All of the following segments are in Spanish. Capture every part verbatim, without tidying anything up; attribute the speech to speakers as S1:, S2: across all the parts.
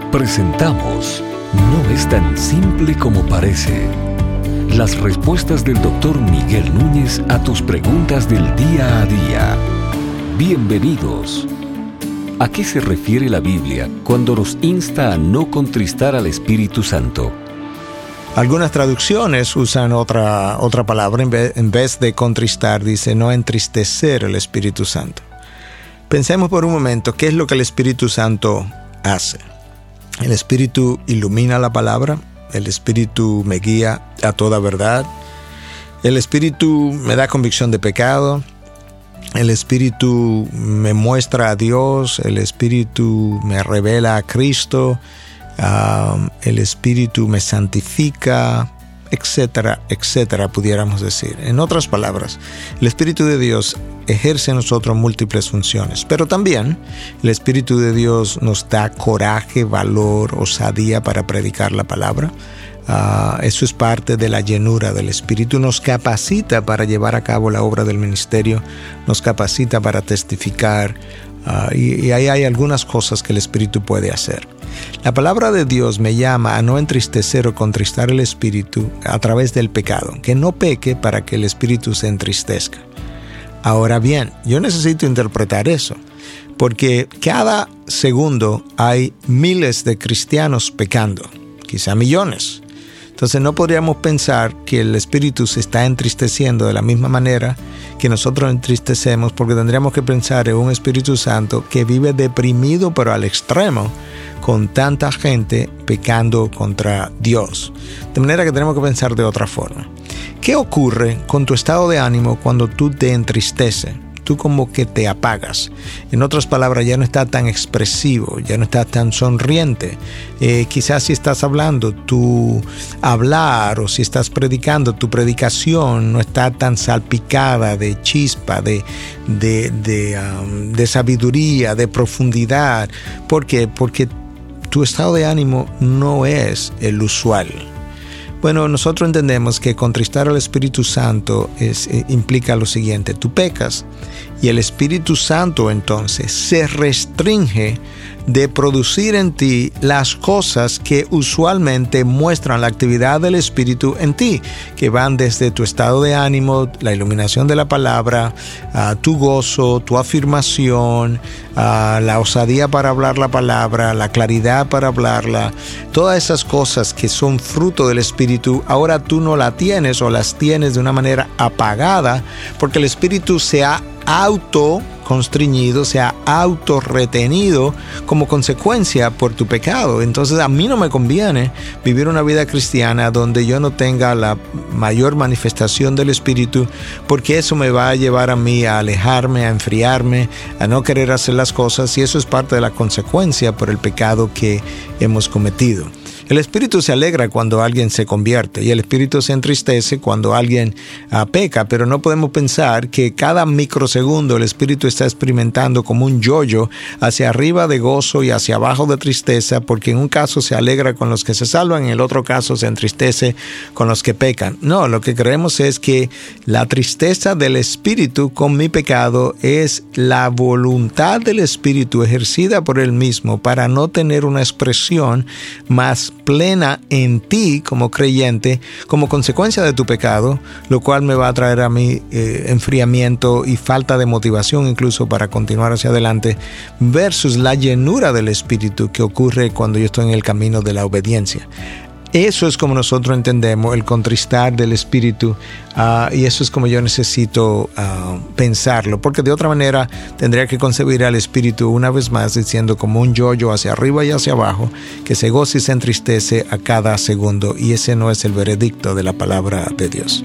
S1: Presentamos No es tan simple como parece. Las respuestas del doctor Miguel Núñez a tus preguntas del día a día. Bienvenidos. ¿A qué se refiere la Biblia cuando nos insta a no contristar al Espíritu Santo?
S2: Algunas traducciones usan otra, otra palabra. En vez, en vez de contristar, dice no entristecer el Espíritu Santo. Pensemos por un momento, ¿qué es lo que el Espíritu Santo hace? El Espíritu ilumina la palabra, el Espíritu me guía a toda verdad, el Espíritu me da convicción de pecado, el Espíritu me muestra a Dios, el Espíritu me revela a Cristo, um, el Espíritu me santifica, etcétera, etcétera, pudiéramos decir. En otras palabras, el Espíritu de Dios ejerce en nosotros múltiples funciones, pero también el Espíritu de Dios nos da coraje, valor, osadía para predicar la palabra. Uh, eso es parte de la llenura del Espíritu. Nos capacita para llevar a cabo la obra del ministerio, nos capacita para testificar, uh, y, y ahí hay algunas cosas que el Espíritu puede hacer. La palabra de Dios me llama a no entristecer o contristar el Espíritu a través del pecado, que no peque para que el Espíritu se entristezca. Ahora bien, yo necesito interpretar eso, porque cada segundo hay miles de cristianos pecando, quizá millones. Entonces no podríamos pensar que el Espíritu se está entristeciendo de la misma manera que nosotros entristecemos, porque tendríamos que pensar en un Espíritu Santo que vive deprimido pero al extremo, con tanta gente pecando contra Dios. De manera que tenemos que pensar de otra forma. ¿Qué ocurre con tu estado de ánimo cuando tú te entristeces? Tú como que te apagas. En otras palabras, ya no estás tan expresivo, ya no estás tan sonriente. Eh, quizás si estás hablando, tu hablar, o si estás predicando, tu predicación no está tan salpicada de chispa, de, de, de, um, de sabiduría, de profundidad. ¿Por qué? Porque tu estado de ánimo no es el usual. Bueno, nosotros entendemos que contristar al Espíritu Santo es, eh, implica lo siguiente: tú pecas y el Espíritu Santo entonces se restringe de producir en ti las cosas que usualmente muestran la actividad del Espíritu en ti, que van desde tu estado de ánimo, la iluminación de la palabra, uh, tu gozo, tu afirmación, uh, la osadía para hablar la palabra, la claridad para hablarla. Todas esas cosas que son fruto del Espíritu, ahora tú no las tienes o las tienes de una manera apagada, porque el Espíritu se ha auto constriñido, se ha autorretenido como consecuencia por tu pecado. Entonces a mí no me conviene vivir una vida cristiana donde yo no tenga la mayor manifestación del Espíritu, porque eso me va a llevar a mí a alejarme, a enfriarme, a no querer hacer las cosas, y eso es parte de la consecuencia por el pecado que hemos cometido. El Espíritu se alegra cuando alguien se convierte y el Espíritu se entristece cuando alguien uh, peca, pero no podemos pensar que cada microsegundo el Espíritu está experimentando como un yo-yo hacia arriba de gozo y hacia abajo de tristeza, porque en un caso se alegra con los que se salvan, en el otro caso se entristece con los que pecan. No, lo que creemos es que la tristeza del Espíritu con mi pecado es la voluntad del Espíritu ejercida por Él mismo para no tener una expresión más plena en ti como creyente como consecuencia de tu pecado, lo cual me va a traer a mí eh, enfriamiento y falta de motivación incluso para continuar hacia adelante, versus la llenura del Espíritu que ocurre cuando yo estoy en el camino de la obediencia. Eso es como nosotros entendemos el contristar del Espíritu, uh, y eso es como yo necesito uh, pensarlo, porque de otra manera tendría que concebir al Espíritu una vez más diciendo como un yo-yo hacia arriba y hacia abajo, que se goza y se entristece a cada segundo, y ese no es el veredicto de la palabra de Dios.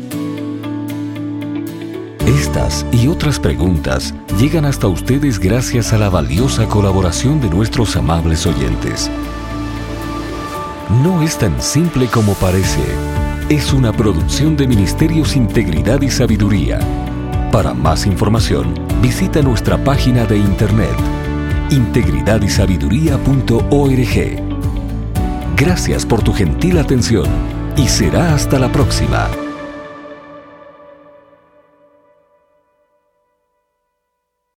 S1: Estas y otras preguntas llegan hasta ustedes gracias a la valiosa colaboración de nuestros amables oyentes. No es tan simple como parece. Es una producción de Ministerios Integridad y Sabiduría. Para más información, visita nuestra página de internet integridad y sabiduría punto org. Gracias por tu gentil atención y será hasta la próxima.